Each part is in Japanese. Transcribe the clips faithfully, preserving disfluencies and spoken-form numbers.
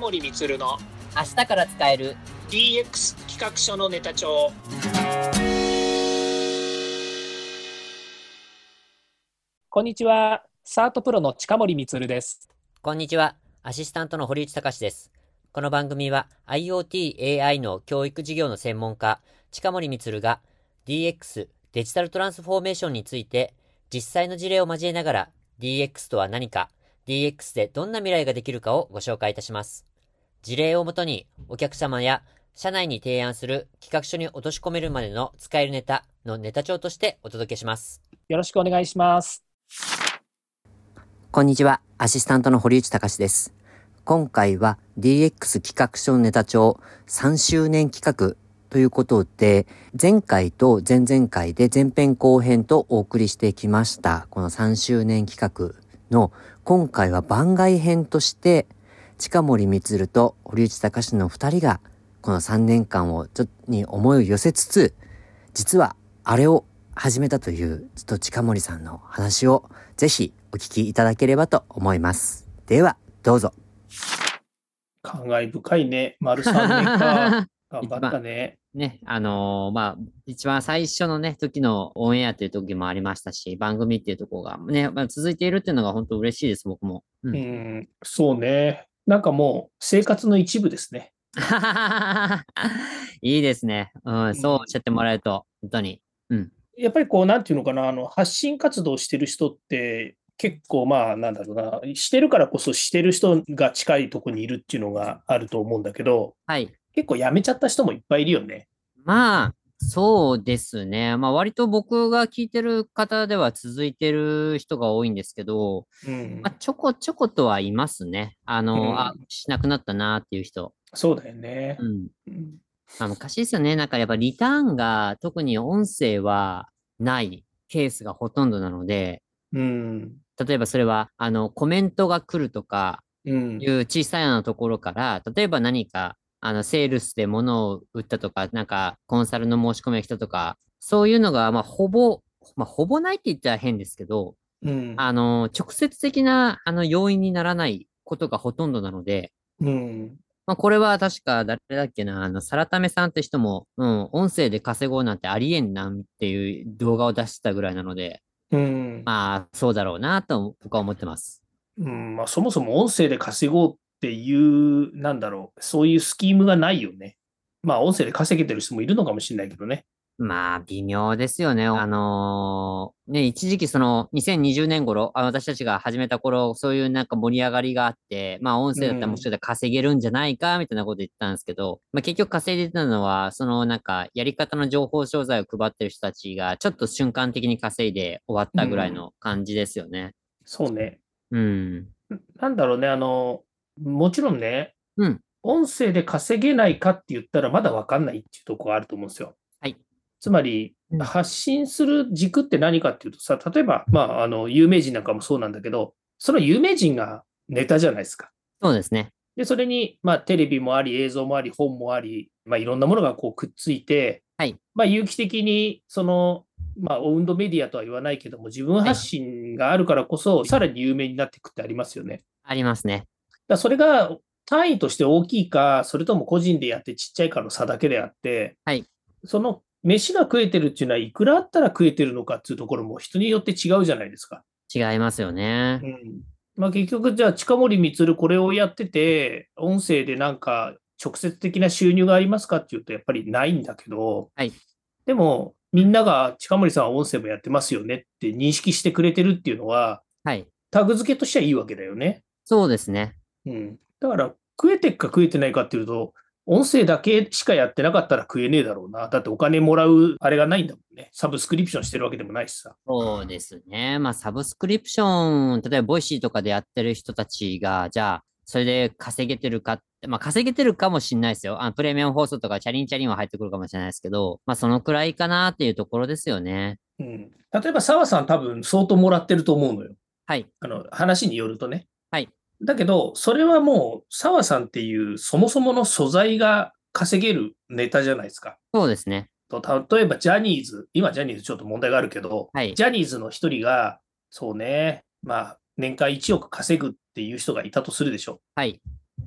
森充の明日から使えるディーエックス 企画書のネタ帳。こんにちは、サートプロの近森充です。 こんにちは、アシスタントの堀内隆です。この番組は IoT、エーアイ の教育事業の専門家、近森充が ディーエックス、デジタルトランスフォーメーションについて実際の事例を交えながら ディーエックス とは何か、ディーエックス でどんな未来ができるかをご紹介いたします。事例をもとにお客様や社内に提案する企画書に落とし込めるまでの使えるネタのネタ帳としてお届けします。 よろしくお願いします。 こんにちは、アシスタントの堀内隆です。今回は ディーエックス 企画書のネタ帳さんしゅうねん企画ということで、前回と前々回で前編後編とお送りしてきましたこのさんしゅうねん企画の今回は番外編として近森充と堀内隆のふたりがこのさんねんかんをちょっとに思いを寄せつつ、実はあれを始めたというちょっと近森さんの話をぜひお聞きいただければと思います。ではどうぞ。 感慨深いね。丸さんねんか。頑張ったね。 ね、あのー、まあ、一番最初のね、時のオンエアという時もありましたし、番組っていうところがね、まあ、続いているっていうのが本当嬉しいです、僕も。 うん、うん、そうね。なんかもう生活の一部ですね。 いいですね。うん、そうおっしゃってもらえると、本当に。うん。 やっぱりこう、なんていうのかな、あの、発信活動してる人って、結構まあ、なんだろうな、してるからこそしてる人が近いところにいるっていうのがあると思うんだけど、 はい。 結構辞めちゃった人もいっぱいいるよね。 まあ、そうですね。まあ、割と僕が聞いてる方では続いてる人が多いんですけど、 うん。 まあ、ちょこちょことはいますね。あうの、あ、 ん。 しなくなったなっていう人。 そうだよね。 うん。 うん。 まあ、昔ですよね。なんかやっぱリターンが特に音声はないケースがほとんどなので、 うん。 例えばそれは、あの、コメントが来るとかいうん。 う小さいようなところから、例えば何か、あの、セールスで物を売ったとか、なんか、コンサルの申し込みが来たとか、そういうのが、まあ、ほぼ、まあ、ほぼないって言ったら変ですけど、 うん。 あの、直接的な、あの、要因にならないことがほとんどなので、 うん。 まあ、これは確か誰だっけな、あの、サラタメさんって人も、うん、音声で稼ごうなんてありえんなんっていう動画を出したぐらいなので、 うん。 まあ、そうだろうなと僕は思ってます。 うん。まあ、そもそも音声で稼ごうっていう、なんだろう、そういうスキームがないよね。まあ、音声で稼げてる人もいるのかもしれないけどね。 まあ、微妙ですよね。あのーね、一時期そのにせんにじゅうねん頃、あ、私たちが始めた頃、そういうなんか盛り上がりがあって、まあ音う声だったらもしかしん。 たら稼げるんじゃないか、みたいなこと言ってたんですけど、まあ結局稼いでたのは、そのなんかやり方の情報商材を配ってる人たちが、ちょっと瞬間的に稼いで終わったぐらいうん。 の感じですよね。 そうね。 うん。 なんだろうね、あの、もちろんね、 うん。 音声で稼げないかって言ったらまだわかんないっていうところがあると思うんですよ。 はい。 つまり、 うん。 発信する軸って何かっていうとさ、例えば、まあ、あの、有名人なんかもそうなんだけど、その有名人がネタじゃないですか。 そうですね。 で、それに、まあ、テレビもあり、映像もあり、本もあり、まあ、いろんなものがこうくっついて、 はい。 まあ、有機的に、その、まあ、オウンドメディアとは言わないけども、自分発はい。 信があるからこそ、さらに有名になっていくってありますよね。 ありますね。 だからそれが単位として大きいか、それとも個人でやってちっちゃいかの差だけであって、 はい。 その飯が食えてるっていうのは、いくらあったら食えてるのかっていうところも人によって違うじゃないですか。 違いますよね。 うん。まあ、結局、じゃあ、近森光これをやってて、音声でなんか直接的な収入がありますかっていうと、やっぱりないんだけど、 はい。 でも、みんなが近森さんは音声もやってますよねって認識してくれてるっていうのは、 はい。 タグ付けとしてはいいわけだよね。 そうですね。 うん。だから、食えてっか食えてないかっていうと、音声だけしかやってなかったら食えねえだろうな。だってお金もらうあれがないんだもんね。サブスクリプションしてるわけでもないしさ。 そうですね。まあ、サブスクリプション、例えば、ボイシーとかでやってる人たちが、じゃあ、それで稼げてるかって、まあ、稼げてるかもしれないですよ。あの、プレミアム放送とか、チャリンチャリンは入ってくるかもしれないですけど、まあ、そのくらいかなっていうところですよね。 うん。例えば澤さん多分相当もらってると思うのよ。 はい。 あの、話によるとね。 はい。 だけど、それはもう澤さんっていうそもそもの素材が稼げるネタじゃないですか。 そうですね。 と例えばジャニーズ、今ジャニーズちょっと問題があるけど、 はい。 ジャニーズの一人が、そうね、まあ、年間いちおく稼ぐっていう人がいたとするでしょ。 はい。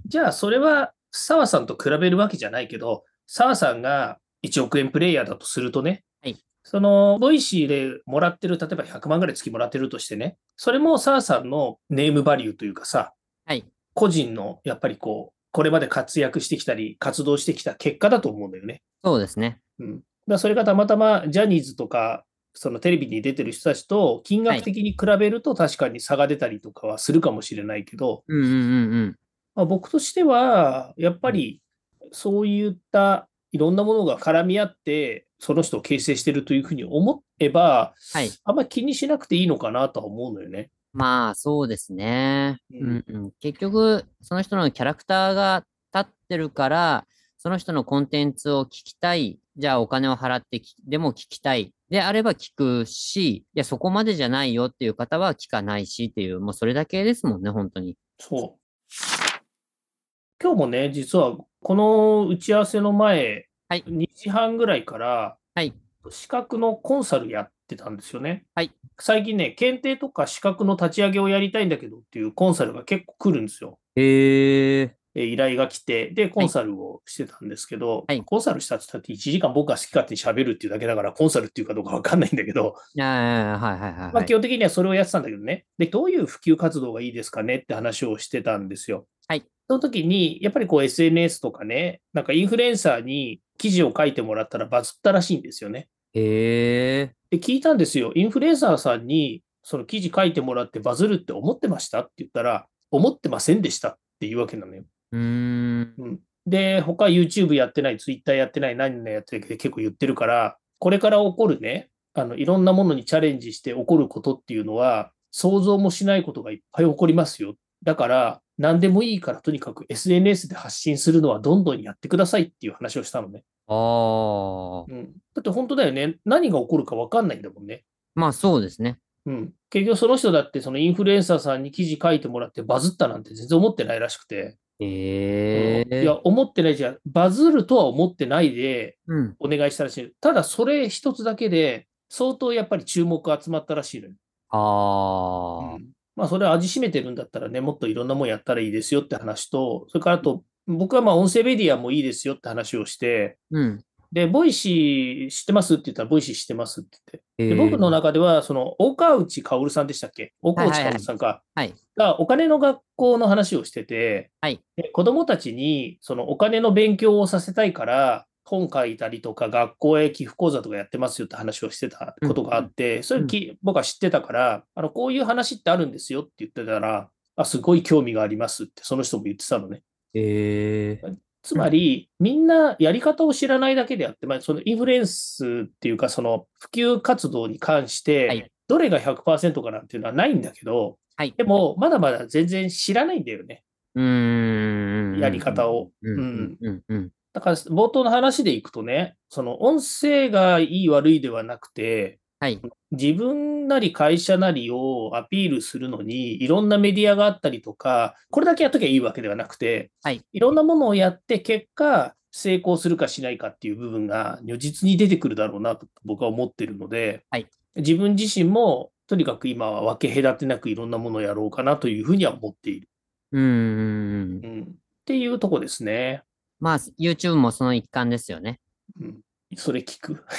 じゃあそれは澤さんと比べるわけじゃないけど、澤さんがいちおく円プレイヤーだとするとね、 はい。 そのボイシーでもらってる、例えばひゃくまんぐらい月もらってるとしてね、それも澤さんのネームバリューというかさ、 はい。 個人のやっぱりこう、これまで活躍してきたり、活動してきた結果だと思うんだよね。 そうですね。 うん。だからそれがたまたまジャニーズとか、そのテレビに出てる人たちと金はい。 額的に比べると確かに差が出たりとかはするかもしれないけど、 うんうんうんうん。 まあ、僕としては、やっぱうん。 りそういったいろんなものが絡み合って、その人を形成しているというふうに思えば、 はい。 あんまり気にしなくていいのかなとは思うのよね。 まあ、そうですね。 うん。 うんうん。結局、その人のキャラクターが立ってるから、その人のコンテンツを聞きたい。じゃあお金を払ってきでも聞きたい。であれば聞くし、いや、そこまでじゃないよっていう方は聞かないしっていう、もうそれだけですもんね、本当に。 そう。今日もね、実はこの打ち合わせの前、 はい。 にじはんぐらいからはい。 資格のコンサルやってたんですよね。 はい。 最近ね、検定とか資格の立ち上げをやりたいんだけどっていうコンサルが結構来るんですよ。 へえ。 え依頼が来て、で、コはい。 ンサルをしてたんですけど、 はい。 コンサルしたって言ったっていちじかん僕が好き勝手に喋るっていうだけだから、コンサルっていうかどうかわかんないんだけど、 ああ、はいはいはいまあ、 はい。 基本的にはそれをやってたんだけどね。で、どういう普及活動がいいですかねって話をしてたんですよ。 はい。 その時に、やっぱりこう エスエヌエス とかね、なんかインフルエンサーに記事を書いてもらったらバズったらしいんですよね。 へえ。 で、聞いたんですよ。インフルエンサーさんにその記事書いてもらってバズるって思ってましたって言ったら、思ってませんでしたっていうわけなのよ。 うーん。 うん、で、他 YouTube やってない、Twitter やってない、何々やってるって結構言ってるから、これから起こるね、あのいろんなものにチャレンジして起こることっていうのは、想像もしないことがいっぱい起こりますよ。だから、何でもいいからとにかく エスエヌエス で発信するのはどんどんやってくださいっていう話をしたのね。 ああ。 うん、だって本当だよね。何が起こるか分かんないんだもんね。 まあそうですね。 うん、結局その人だってそのインフルエンサーさんに記事書いてもらってバズったなんて全然思ってないらしくて、うん、いや、 へえ。 思ってないじゃん。バズるとは思ってないでうん。 お願いしたらしい。ただ、それ一つだけで、相当やっぱり注目が集まったらしいのよ。うああ。 ん。まあ、それは味しめてるんだったらね、もっといろんなもんやったらいいですよって話と、それからあと、僕はまあ音声メディアもいいですよって話をして、 うん。 で、ボイシー知ってますって言ったら、ボイシー知ってますって言って。で、僕のへえ。 中では、その、大川内薫さんでしたっけ大川内はいはいはい。 薫さんか、 はい。 がお金の学校の話をしてて、 はい。 で子供たちにそのお金の勉強をさせたいから、本書いたりとか、学校へ寄付講座とかやってますよって話をしてたうん。 ことがあうん。 って、それうん。 き僕は知ってたから、あのこういう話ってあるんですよって言ってたら、あ、すごい興味がありますってその人も言ってたのね。 へえ。 つまり、みんなやり方を知らないだけであって、まあ、そのインフルエンスっていうか、その普及活動に関しはい。 て、どれがひゃくパーセントかなんていうのはないんだけど、 はい。 でも、まだまだ全然知らないんだよね、 うーやりん。 方を。 うん。うん。 うん。 うん。うん。 だから、冒頭の話でいくとね、その音声がいい悪いではなくて、 はい。 自分なり会社なりをアピールするのに、いろんなメディアがあったりとか、これだけやっときゃいいわけではなくて、 はい。 いろんなものをやって、結果、成功するかしないかっていう部分が如実に出てくるだろうなと僕は思っているので、 はい。 自分自身もとにかく今は分け隔てなくいろんなものをやろうかなというふうには思っている。 うーん。 うん、っていうとこですね。 まあ、YouTube もその一環ですよね。 うん、それ聞く。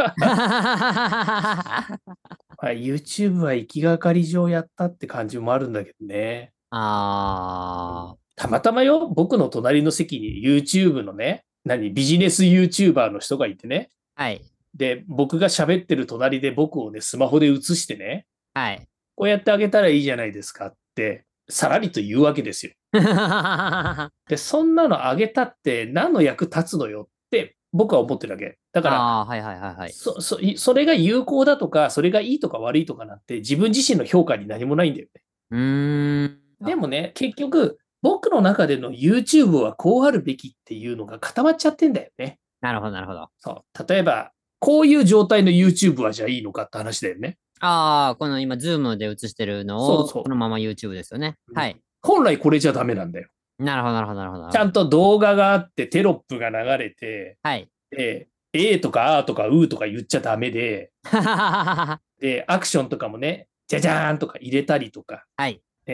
あはい、YouTube は行きがかり上やったって感じもあるんだけどね。うん、 あ。 たまたまよ、僕の隣の席に YouTube のね、何、ビジネス YouTuber の人がいてね。 はい。 で、僕が喋ってる隣で僕をね、スマホで映してね、 はい。 こうやってあげたらいいじゃないですかって、さらりと言うわけですよ。 あで、そんなのあげたって何の役立つのよって僕は思ってるわけ。だから、 あ、はいはいはいはい。 そ、そ、それが有効だとか、それがいいとか悪いとかなんて自分自身の評価に何もないんだよね。 うーん。 でもね、結局、僕の中での YouTube はこうあるべきっていうのが固まっちゃってんだよね。 なるほどなるほど。 そう。例えば、こういう状態の YouTube はじゃあいいのかって話だよね。 ああ、この今、ズームで映してるのを、こそうそのまま YouTube ですよね。 う。うん、 はい。 本来これじゃダメなんだよ。 なるほどなるほどなるほどなるほど。 ちゃんと動画があって、テロップが流れて、 はい。 で、えーとかあーとかうーとか言っちゃダメで、 はで、アクションとかもね、じゃじゃーんとか入れたりとか、 い。 ね。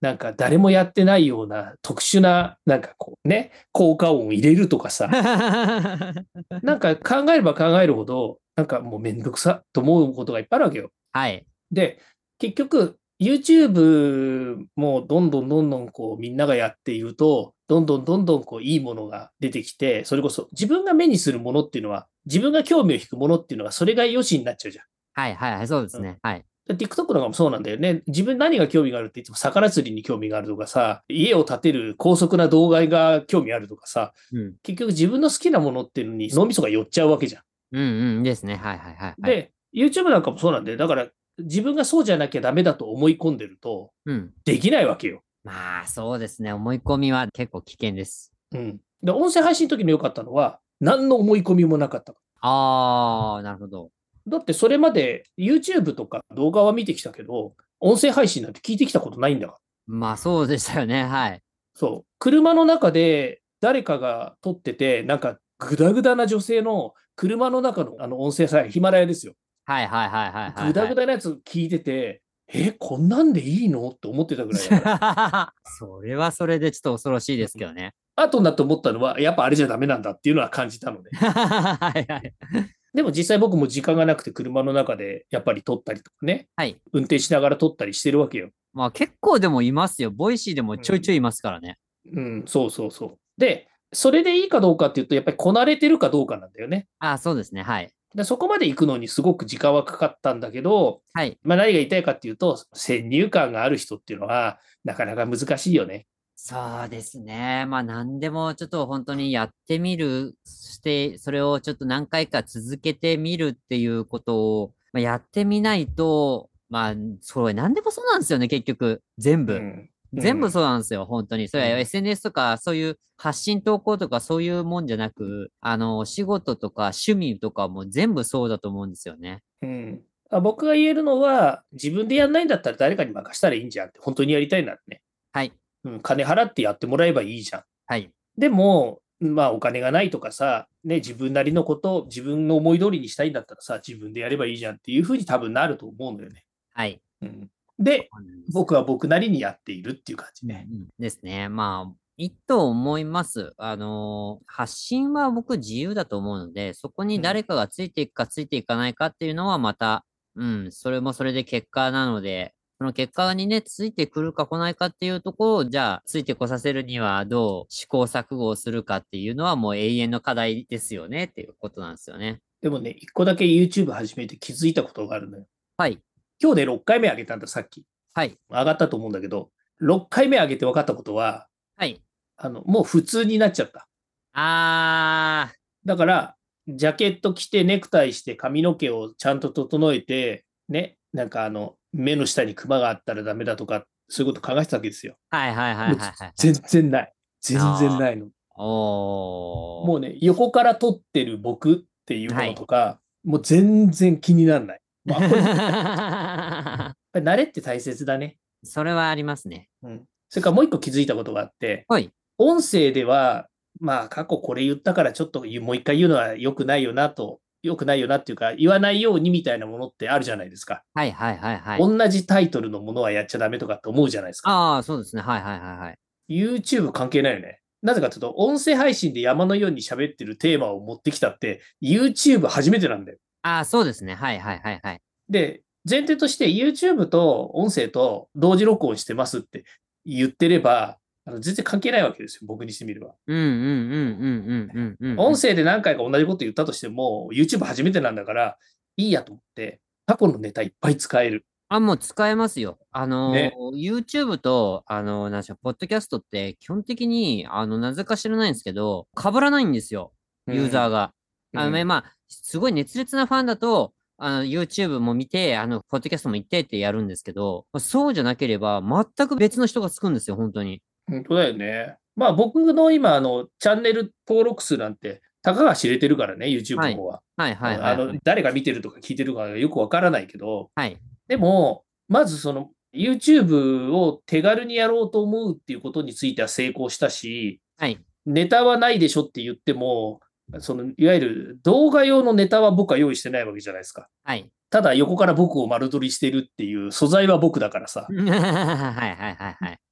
なんか誰もやってないような特殊な、なんかこうね、効果音を入れるとかさ、なんか考えれば考えるほど、なんかもうめんどくさと思うことがいっぱいあるわけよ。 はい。 で、結局、YouTube もどんどんどんどんこうみんながやっていると、どんどんどんどんこういいものが出てきて、それこそ自分が目にするものっていうのは、自分が興味を引くものっていうのは、それが良しになっちゃうじゃん。 はいはいはい、そうでうん。 すね。はい。 で TikTok のかもそうなんだよね。自分何が興味があるっていつも魚釣りに興味があるとかさ、家を建てる高速な動画が興味あるとかさ、 うん。 結局自分の好きなものっていうのに脳みそが寄っちゃうわけじゃん。 うんうんですね。はいはいはいはい。 で、YouTube なんかもそうなんで、だから自分がそうじゃなきゃダメだと思い込んでると、 うん。 できないわけよ。 まあ、そうですね。思い込みは結構危険です。 うん。で、音声配信の時に良かったのは、何の思い込みもなかった。 ああ、なるほど。 だってそれまで YouTube とか動画は見てきたけど、音声配信なんて聞いてきたことないんだから。 まあ、そうでしたよね。はい。 そう。車の中で誰かが撮ってて、なんかグダグダな女性の車の中のあの音声さえヒマラヤですよ。 はいはいはいはいはいグダはい。 グダなやつ聞いてて、え、こんなんでいいのって思ってたぐらいだから。 それはそれでちょっと恐ろしいですけどね。 後になって思ったのは、やっぱあれじゃダメなんだっていうのは感じたので。 はいはい。 でも実際僕も時間がなくて車の中でやっぱり撮ったりとかね、 はい。 運転しながら撮ったりしてるわけよ。 まあ結構でもいますよ。ボイシーでもうん、 ちょいちょいいますからね。 うん、そうそうそう。で、それでいいかどうかっていうと、やっぱりこなれてるかどうかなんだよね。 ああ、そうですね。はい。 でそこまで行くのにすごく時間はかかったんだけど、 はい。 まあ、何が言いたいかっていうと、先入観がある人っていうのは、なかなか難しいよね。 そうですね。まあ何でもちょっと本当にやってみる、して、それをちょっと何回か続けてみるっていうことを、まあ、やってみないと、まあ、それ何でもそうなんですよね、結局。全部。 うん。う全部ん。 そうなんですよ、本当に。それはうん。 エスエヌエス とか、そういう発信投稿とかそういうもんじゃなく、あの、仕事とか趣味とかも全部そうだと思うんですよね。 うん。あ僕が言えるのは、自分でやんないんだったら誰かに任したらいいんじゃんって、本当にやりたいならね。 はい。 うん、金払ってやってもらえばいいじゃん。 はい。 でも、まあお金がないとかさ、ね、自分なりのことを自分の思い通りにしたいんだったらさ、自分でやればいいじゃんっていうふうに多分なると思うのよね。 はい。 うん、 そで、 うなんです。 僕は僕なりにやっているっていう感じね。 うんうんですね。まあ、いいと思います。あのー発信は僕自由だと思うので、そこにうん、 誰かがついていくかついていかないかっていうのはまた、うん、それもそれで結果なので、その結果にね、ついてくるか来ないかっていうところを、じゃあ、ついてこさせるにはどう試行錯誤をするかっていうのはもう永遠の課題ですよねっていうことなんですよね。 でもね、一個だけ YouTube 始めて気づいたことがあるのよ。 はい。 今日でろっかいめ上げたんだ、さっき。 はい。 上がったと思うんだけど、ろっかいめ上げて分かったことは、 はい。 あの、もう普通になっちゃった。 あだから、ジャケット着て、ネクタイして、髪の毛をちゃんと整えて、ね、なんかあの、目の下にクマがあったらダメだとか、そういうこと考えてたわけですよ。 ー。はいはいはいもうはいはいはい。 全然ない。全然あないの。 あ。おもうね、横から撮ってる僕っていうー。 もはい。 のとか、もう全然気にならない。まあ、これ絶対こうじゃん。慣れって大切だね。 それはありますね。 うん。それからもう一個気づいたことがあって、 はい。 音声では、まあ、過去これ言ったからちょっともう一回言うのは良くないよなと、良くないよなっていうか、言わないようにみたいなものってあるじゃないですか。 はいはいはいはい。 同じタイトルのものはやっちゃダメとかって思うじゃないですか。 ああ、そうですね。はいはいはいはい。 YouTube 関係ないよね。なぜかというと、音声配信で山のように喋ってるテーマを持ってきたって、YouTube 初めてなんだよ。 ああ、そうですね。はいはいはいはい。 で、前提として YouTube と音声と同時録音してますって言ってれば、あの全然関係ないわけですよ、僕にしてみれば。 うんうんうんうんうんうんうんうん。 音声で何回か同じこと言ったとしても、YouTube 初めてなんだから、いいやと思って、過去のネタいっぱい使える。 あ、もう使えますよ。あのね。 ー、YouTube と、あのー、なんでしょう、ポッドキャストって基本的に、あの、なぜか知らないんですけど、被らないんですよ。ユーザーうん。 が。あのね、 うん。 まあ、すごい熱烈なファンだと、あの、YouTube も見て、あの、ポッドキャストも行ってってやるんですけど、まあそうじゃなければ、全く別の人がつくんですよ、本当に。 本当だよね。まあ僕の今、あの、チャンネル登録数なんて、たかが知れてるからね、YouTube はい。 の方は。 はいはいうんあの、 はいはい。 誰が見てるとか聞いてるかよくわからないけど、 はい。 でも、まずその YouTube を手軽にやろうと思うっていうことについては成功したし、 はい。 ネタはないでしょって言っても、そのいわゆる動画用のネタは僕は用意してないわけじゃないですか。 はい。 ただ横から僕を丸撮りしてるっていう素材は僕だからさ。 はいはいはいはい。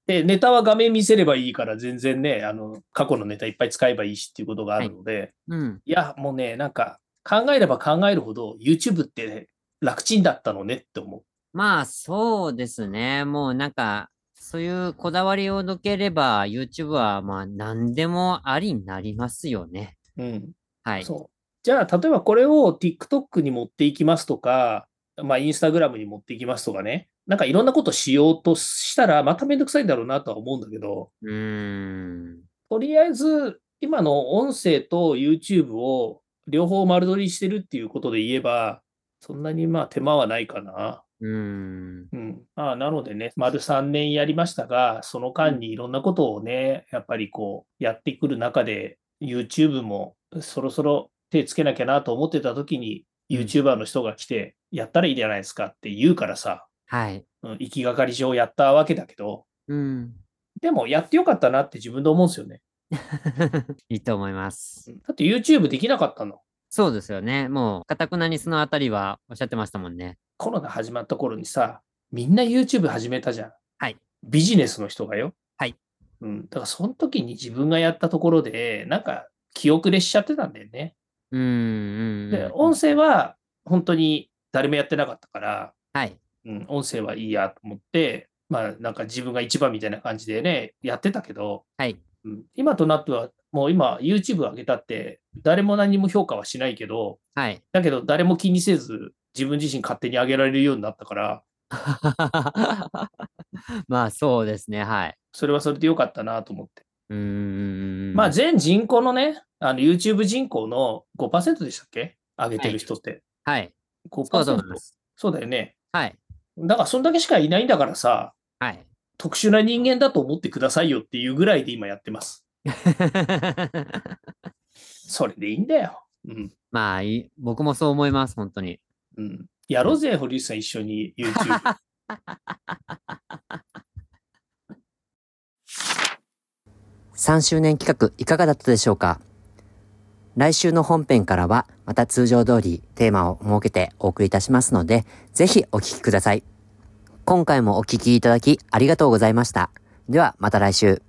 で、ネタは画面見せればいいから全然ね、あの、過去のネタいっぱい使えばいいしっていうことがあるので、はい、 うん、 いや、もうね、なんか考えれば考えるほど YouTube って、ね、楽ちんだったのねって思う。 まあ、そうですね。もうなんか、そういうこだわりを抜ければ、YouTube はまあ何でもありになりますよね。 うん。 はい。 そう。じゃあ、例えばこれを TikTok に持っていきますとか、まあ、Instagram に持っていきますとかね。なんかいろんなことしようとしたら、まためんどくさいんだろうなとは思うんだけど、 うーん。 とりあえず、今の音声と YouTube を両方丸取りしてるっていうことで言えば、そんなにまあ手間はないかな。 うーん。 うん。まあ、なのでね、丸さんねんやりましたが、その間にいろんなことをね、やっぱりこう、やってくる中で、YouTube もそろそろ手つけなきゃなと思ってた時に、 うん、 YouTuber の人が来て、やったらいいじゃないですかって言うからさ、 はい。 うん、行きがかり上やったわけだけど、 うん。 でもやってよかったなって自分で思うんですよね。 いいと思います。 だって YouTube できなかったの。 そうですよね。もう、かたくなにそのあたりはおっしゃってましたもんね。 コロナ始まった頃にさ、みんな YouTube 始めたじゃん。 はい。 ビジネスの人がよ。 はい。 うん。だからその時に自分がやったところで、なんか気遅れしちゃってたんだよね。 うーん、うん、 で、 うん。 音声は本当に誰もやってなかったから、 はい。 うん、音声はいいやと思って、まあなんか自分が一番みたいな感じでね、やってたけど、 はい。 うん、今となっては、もう今 YouTube 上げたって、誰も何も評価はしないけど、 はい。 だけど誰も気にせず、自分自身勝手に上げられるようになったから、 まあ、そうですね。はい。 それはそれで良かったなと思って。 うーん。 まあ全人口のね、あの YouTube 人口のごパーセントでしたっけ上げてはい。 る人って。 はい。そうだと思いまごパーセント。 す。 そうだよね。 はい。 だからそんだけしかいないんだからさ、 はい。 特殊な人間だと思ってくださいよっていうぐらいで今やってます。それでいいんだよ。うん。 まあいい、僕もそう思います、本当に。 うん。やろうぜ、堀内さん一緒に YouTube。 さんしゅうねん企画いかがだったでしょうか？来週の本編からはまた通常通りテーマを設けてお送りいたしますので、ぜひお聞きください。今回もお聞きいただきありがとうございました。ではまた来週。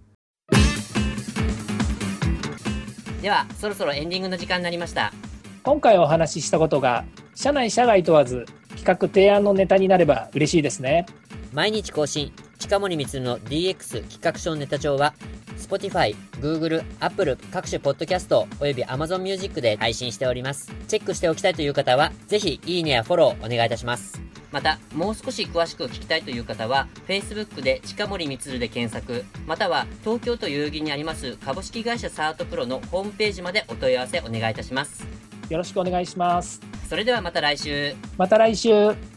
ではそろそろエンディングの時間になりました。 今回お話ししたことが社内社外問わず企画提案のネタになれば嬉しいですね。 毎日更新近森光の ディーエックス 企画書ネタ帳は Spotify、Google、Apple 各種ポッドキャストおよび Amazon Music で配信しております。チェックしておきたいという方はぜひいいねやフォローお願いいたします。またもう少し詳しく聞きたいという方は Facebook で近森光で検索、または東京都代々木にあります株式会社サートプロのホームページまでお問い合わせお願いいたします。 よろしくお願いします。 それではまた来週。 また来週。